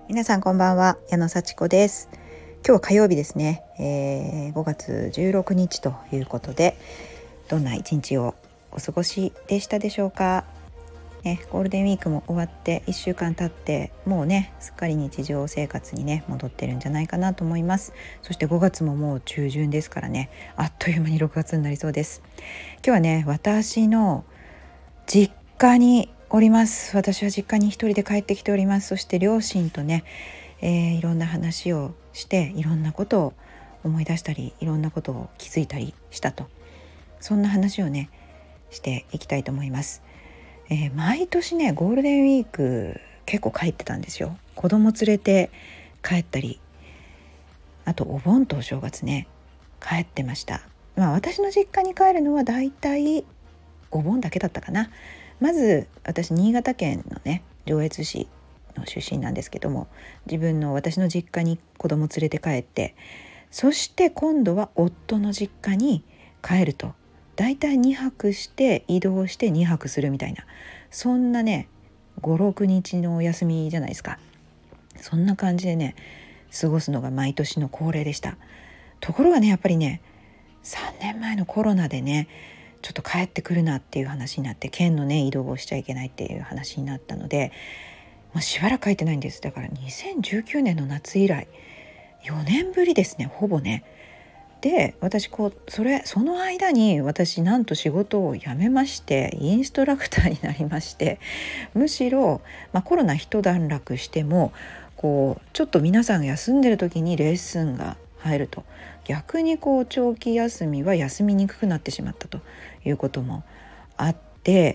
皆さんこんばんは、矢野幸子です。今日は火曜日ですね、5月16日ということで、どんな一日をお過ごしでしたでしょうか。ゴールデンウィークも終わって1週間経って、もうねすっかり日常生活にね戻ってるんじゃないかなと思います。そして5月ももう中旬ですからね、あっという間に6月になりそうです。今日はね、私の実家におります。私は実家に一人で帰ってきております。そして両親とね、いろんな話をして、いろんなことを思い出したり、いろんなことを気づいたりしたと、そんな話をねしていきたいと思います。毎年ねゴールデンウィーク結構帰ってたんですよ。子供連れて帰ったり、あとお盆とお正月ね帰ってました。私の実家に帰るのはだいたいお盆だけだったかな。まず私新潟県のね上越市の出身なんですけども、私の実家に子供連れて帰って、そして今度は夫の実家に帰ると、だいたい2泊して移動して2泊するみたいな、そんなね5、6日のお休みじゃないですか。そんな感じでね過ごすのが毎年の恒例でした。ところがねやっぱりね3年前のコロナでねちょっと帰ってくるなっていう話になって、県のね移動をしちゃいけないっていう話になったので、もうしばらく帰ってないんです。だから2019年の夏以来4年ぶりですね、ほぼね。で私その間に私なんと仕事を辞めまして、インストラクターになりまして、むしろ、コロナ一段落してもちょっと皆さんが休んでる時にレッスンが入ると、逆に長期休みは休みにくくなってしまったということもあって、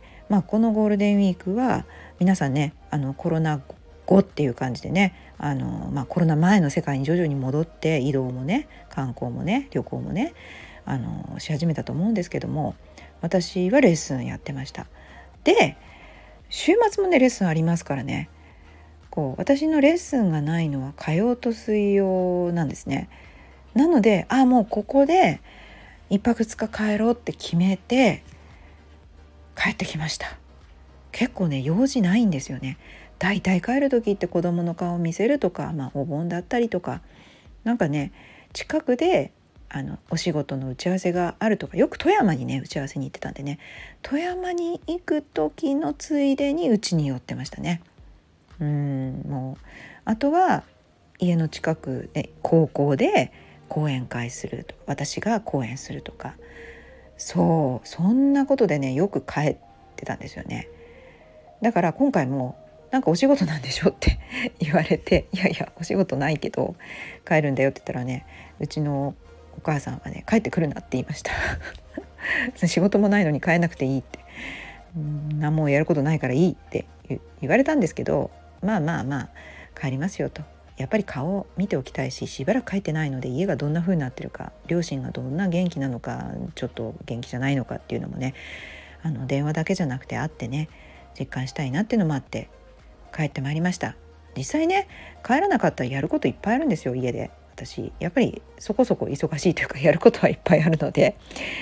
このゴールデンウィークは皆さんねコロナ後っていう感じでねコロナ前の世界に徐々に戻って、移動もね観光もね旅行もねし始めたと思うんですけども、私はレッスンやってました。で週末もねレッスンありますからね、私のレッスンがないのは火曜と水曜なんですね。なのでもうここで1泊2日帰ろうって決めて帰ってきました。結構ね用事ないんですよね。だいたい帰る時って子供の顔を見せるとか、お盆だったりとか、なんかね近くでお仕事の打ち合わせがあるとか、よく富山にね打ち合わせに行ってたんでね、富山に行く時のついでにうちに寄ってましたね。もうあとは家の近くで高校で講演会すると、私が講演するとか、そんなことでねよく帰ってたんですよね。だから今回もなんかお仕事なんでしょって言われて、いやいやお仕事ないけど帰るんだよって言ったらね、うちのお母さんはね帰ってくるなって言いました仕事もないのに帰んなくていいって、何もやることないからいいって言われたんですけど、帰りますよと。やっぱり顔を見ておきたいし、しばらく帰ってないので家がどんな風になってるか、両親がどんな元気なのか、ちょっと元気じゃないのかっていうのもね電話だけじゃなくて会ってね実感したいなっていうのもあって帰ってまいりました。実際ね帰らなかったらやることいっぱいあるんですよ。家で私やっぱりそこそこ忙しいというか、やることはいっぱいあるので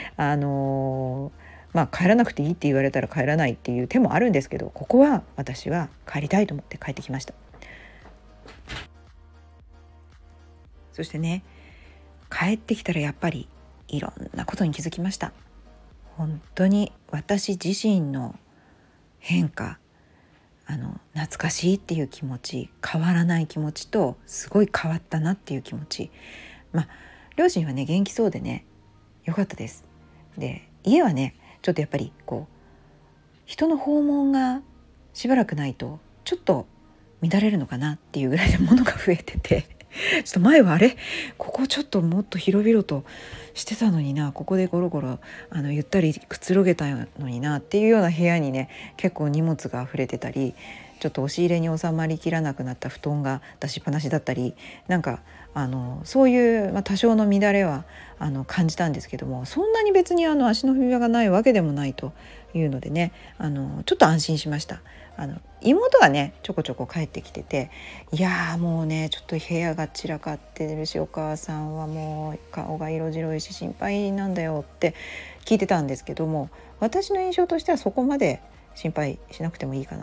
帰らなくていいって言われたら帰らないっていう手もあるんですけど、ここは私は帰りたいと思って帰ってきました。そしてね帰ってきたらやっぱりいろんなことに気づきました。本当に私自身の変化、懐かしいっていう気持ち、変わらない気持ちと、すごい変わったなっていう気持ち。両親はね元気そうでねよかったです。で家はねちょっとやっぱり人の訪問がしばらくないとちょっと乱れるのかなっていうぐらいで物が増えててちょっと前はここちょっともっと広々としてたのにな、ここでゴロゴロゆったりくつろげたのになっていうような部屋にね結構荷物が溢れてたり、ちょっと押し入れに収まりきらなくなった布団が出しっぱなしだったり、なんかそういう、多少の乱れは感じたんですけども、そんなに別に足の踏み場がないわけでもないというのでねちょっと安心しました。妹がねちょこちょこ帰ってきてて、いやもうねちょっと部屋が散らかってるし、お母さんはもう顔が色白いし心配なんだよって聞いてたんですけども、私の印象としてはそこまで心配しなくてもいいかなっ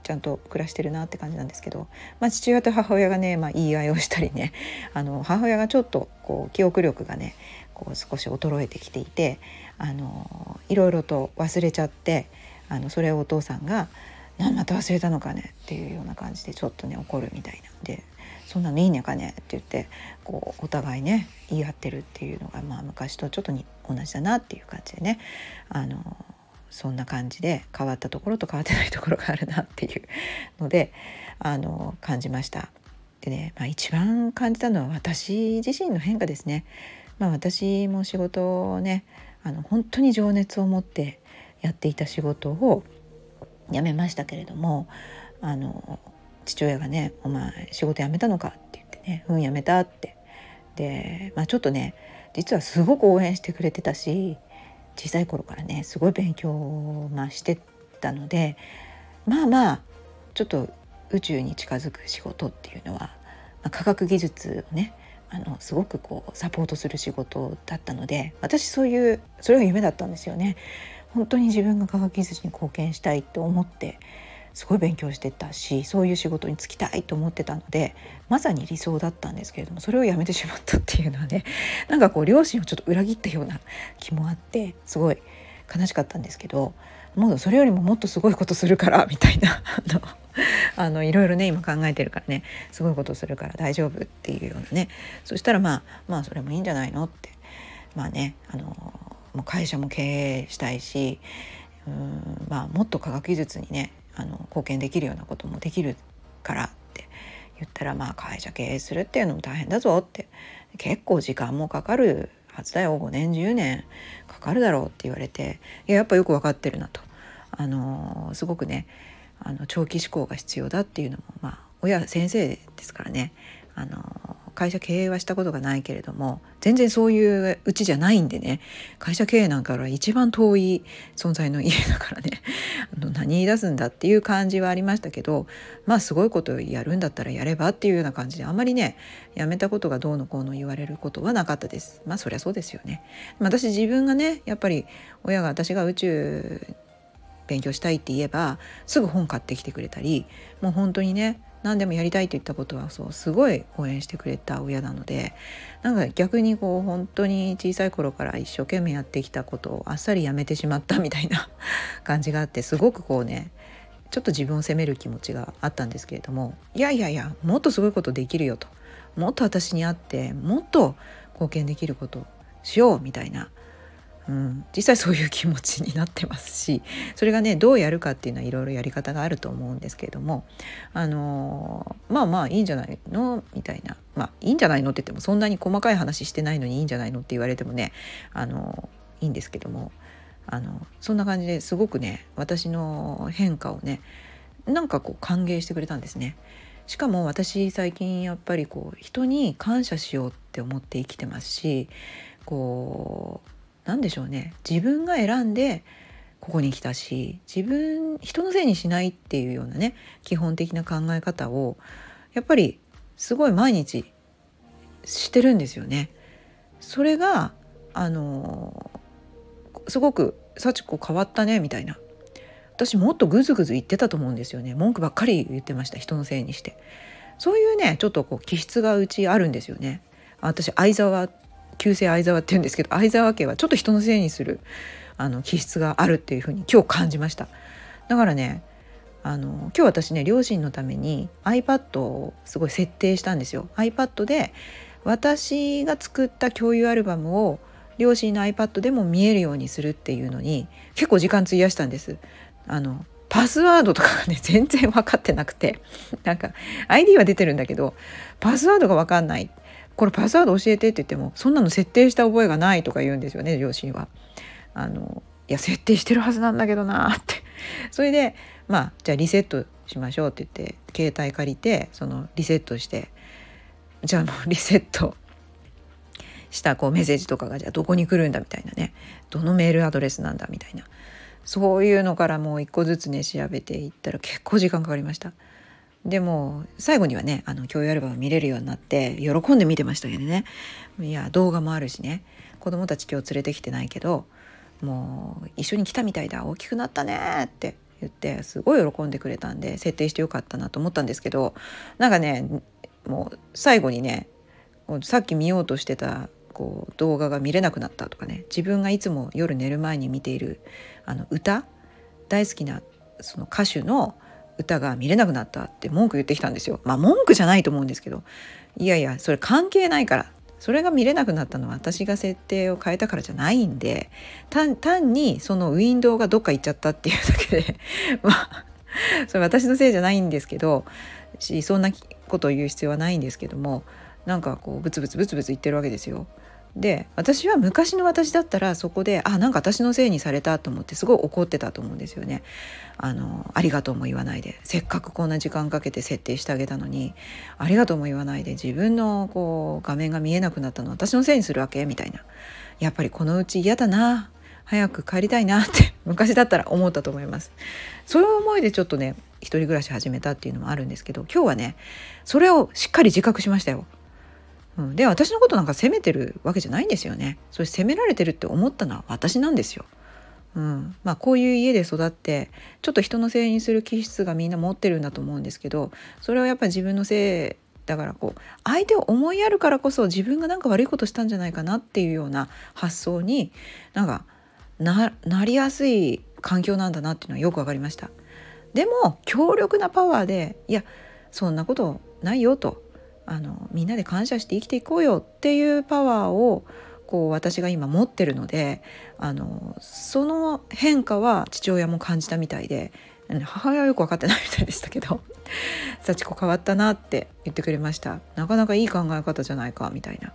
ちゃんと暮らしてるなって感じなんですけど、父親と母親がね、言い合いをしたりね、母親がちょっとこう記憶力がねこう少し衰えてきていて、いろいろと忘れちゃって、それをお父さんがまた忘れたのかねっていうような感じでちょっとね怒るみたいなんで、そんなのいいねかねって言ってこうお互いね言い合ってるっていうのが、昔とちょっと同じだなっていう感じでね、そんな感じで変わったところと変わってないところがあるなっていうので感じました。でね、一番感じたのは私自身の変化ですね。私も仕事をね本当に情熱を持ってやっていた仕事を辞めましたけれども、父親がね「お前仕事辞めたのか?」って言ってね「辞めた」って。で、ちょっとね実はすごく応援してくれてたし、小さい頃からねすごい勉強をしてたので、ちょっと宇宙に近づく仕事っていうのは、科学技術をねすごくこうサポートする仕事だったので、私それが夢だったんですよね。本当に自分が科学技術に貢献したいと思ってすごい勉強してたし、そういう仕事に就きたいと思ってたので、まさに理想だったんですけれども、それをやめてしまったっていうのはね、こう両親をちょっと裏切ったような気もあってすごい悲しかったんですけど、もうそれよりももっとすごいことするからみたいないろいろね今考えてるからね、すごいことするから大丈夫っていうようなね、そしたらそれもいいんじゃないのって、もう会社も経営したいし、もっと科学技術にね貢献できるようなこともできるからって言ったら、会社経営するっていうのも大変だぞって、結構時間もかかるはずだよ、5年10年かかるだろうって言われて、やっぱよく分かってるなと、すごくね長期志向が必要だっていうのも、先生ですからね、会社経営はしたことがないけれども全然そういううちじゃないんでね、会社経営なんかから一番遠い存在の家だからね何言い出すんだっていう感じはありましたけど、すごいことをやるんだったらやればっていうような感じで、あんまりねやめたことがどうのこうの言われることはなかったです。そりゃそうですよね。私自分がねやっぱり私が宇宙勉強したいって言えばすぐ本買ってきてくれたり、もう本当にね何でもやりたいといったことはすごい応援してくれた親なので、逆にこう本当に小さい頃から一生懸命やってきたことをあっさりやめてしまったみたいな感じがあって、すごくこうねちょっと自分を責める気持ちがあったんですけれども、いやもっとすごいことできるよと、もっと私に会ってもっと貢献できることをしようみたいな、実際そういう気持ちになってますし、それがねどうやるかっていうのはいろいろやり方があると思うんですけれども、いいんじゃないのみたいな、いいんじゃないのって言ってもそんなに細かい話してないのにいいんじゃないのって言われてもねいいんですけども、そんな感じですごくね私の変化をねこう歓迎してくれたんですね。しかも私最近やっぱりこう人に感謝しようって思って生きてますし、こうなんでしょうね、自分が選んでここに来たし、人のせいにしないっていうようなね基本的な考え方をやっぱりすごい毎日してるんですよね。それがすごく幸子変わったねみたいな、私もっとグズグズ言ってたと思うんですよね。文句ばっかり言ってました、人のせいにして。そういうねちょっとこう気質がうちあるんですよね。私旧姓相沢って言うんですけど、相沢家はちょっと人のせいにする気質があるっていうふうに今日感じました。だからね今日私ね両親のために iPad をすごい設定したんですよ。 iPad で私が作った共有アルバムを両親の iPad でも見えるようにするっていうのに結構時間費やしたんです。パスワードとかがね全然分かってなくてID は出てるんだけどパスワードが分かんない、これパスワード教えてって言ってもそんなの設定した覚えがないとか言うんですよね、両親は。いや設定してるはずなんだけどなってそれでじゃあリセットしましょうって言って携帯借りてそのリセットして、じゃあもうリセットしたこうメッセージとかがじゃあどこに来るんだみたいなね、どのメールアドレスなんだみたいな、そういうのからもう一個ずつね調べていったら結構時間かかりました。でも最後にはね共有アルバム見れるようになって喜んで見てましたけどね。いや動画もあるしね、子供たち今日連れてきてないけどもう一緒に来たみたいだ、大きくなったねって言ってすごい喜んでくれたんで、設定してよかったなと思ったんですけど、なんかねもう最後にね、さっき見ようとしてた動画が見れなくなったとかね、自分がいつも夜寝る前に見ている歌、大好きなその歌手の歌が見れなくなったって文句言ってきたんですよ。文句じゃないと思うんですけど、いやいやそれ関係ないから、それが見れなくなったのは私が設定を変えたからじゃないんで、単にそのウィンドウがどっか行っちゃったっていうだけでそれ私のせいじゃないんですけど、そんなことを言う必要はないんですけども、なんかブツブツ言ってるわけですよ。で私は昔の私だったらそこでなんか私のせいにされたと思ってすごい怒ってたと思うんですよね。ありがとうも言わないで、せっかくこんな時間かけて設定してあげたのにありがとうも言わないで、自分の画面が見えなくなったのは私のせいにするわけみたいな、やっぱりこのうち嫌だな、早く帰りたいなって昔だったら思ったと思います。そういう思いでちょっとね一人暮らし始めたっていうのもあるんですけど、今日はねそれをしっかり自覚しましたよ。で私のことなんか責めてるわけじゃないんですよね。それ責められてるって思ったのは私なんですよ。こういう家で育ってちょっと人のせいにする気質がみんな持ってるんだと思うんですけど、それはやっぱり自分のせいだから、相手を思いやるからこそ自分がなんか悪いことしたんじゃないかなっていうような発想になりやすい環境なんだなっていうのはよくわかりました。でも強力なパワーで、いやそんなことないよと、みんなで感謝して生きていこうよっていうパワーを私が今持ってるので、その変化は父親も感じたみたいで、母親はよく分かってないみたいでしたけど幸子変わったなって言ってくれました。なかなかいい考え方じゃないかみたいな、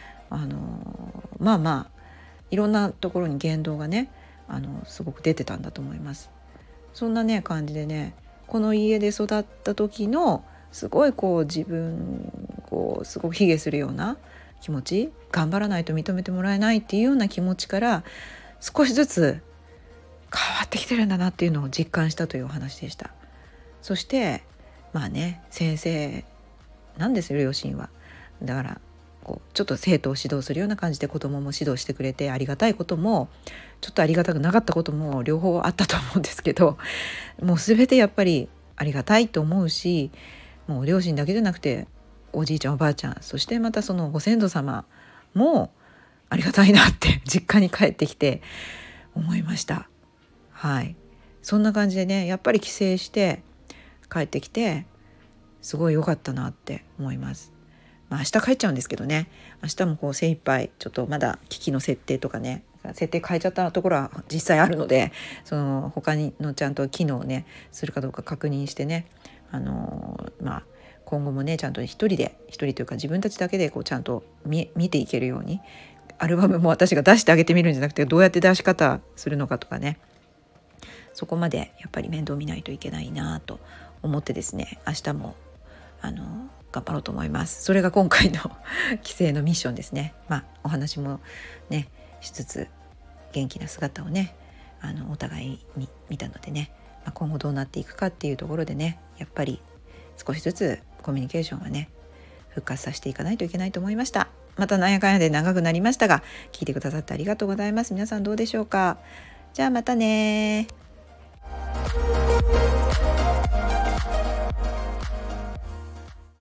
いろんなところに言動がねすごく出てたんだと思います。そんなね感じでね、この家で育った時のすごい自分すごく卑下するような気持ち、頑張らないと認めてもらえないっていうような気持ちから少しずつ変わってきてるんだなっていうのを実感したというお話でした。そして先生なんですよ両親は。だからちょっと生徒を指導するような感じで子供も指導してくれて、ありがたいこともちょっとありがたくなかったことも両方あったと思うんですけど、もう全てやっぱりありがたいと思うし、もう両親だけじゃなくておじいちゃんおばあちゃん、そしてまたそのご先祖様もありがたいなって実家に帰ってきて思いました。そんな感じでね、やっぱり帰省して帰ってきてすごい良かったなって思います。明日帰っちゃうんですけどね、明日も精一杯ちょっとまだ機器の設定とかね、設定変えちゃったところは実際あるので、その他のちゃんと機能をねするかどうか確認してね、今後もねちゃんと一人というか自分たちだけでちゃんと見ていけるように、アルバムも私が出してあげてみるんじゃなくて、どうやって出し方するのかとかね、そこまでやっぱり面倒見ないといけないなと思ってですね、明日も頑張ろうと思います。それが今回の帰省のミッションですね。お話もねしつつ元気な姿をねお互いに見たのでね、今後どうなっていくかっていうところでね、やっぱり少しずつコミュニケーションはね復活させていかないといけないと思いました。またなんやかんやで長くなりましたが、聞いてくださってありがとうございます。皆さんどうでしょうか。じゃあまたね。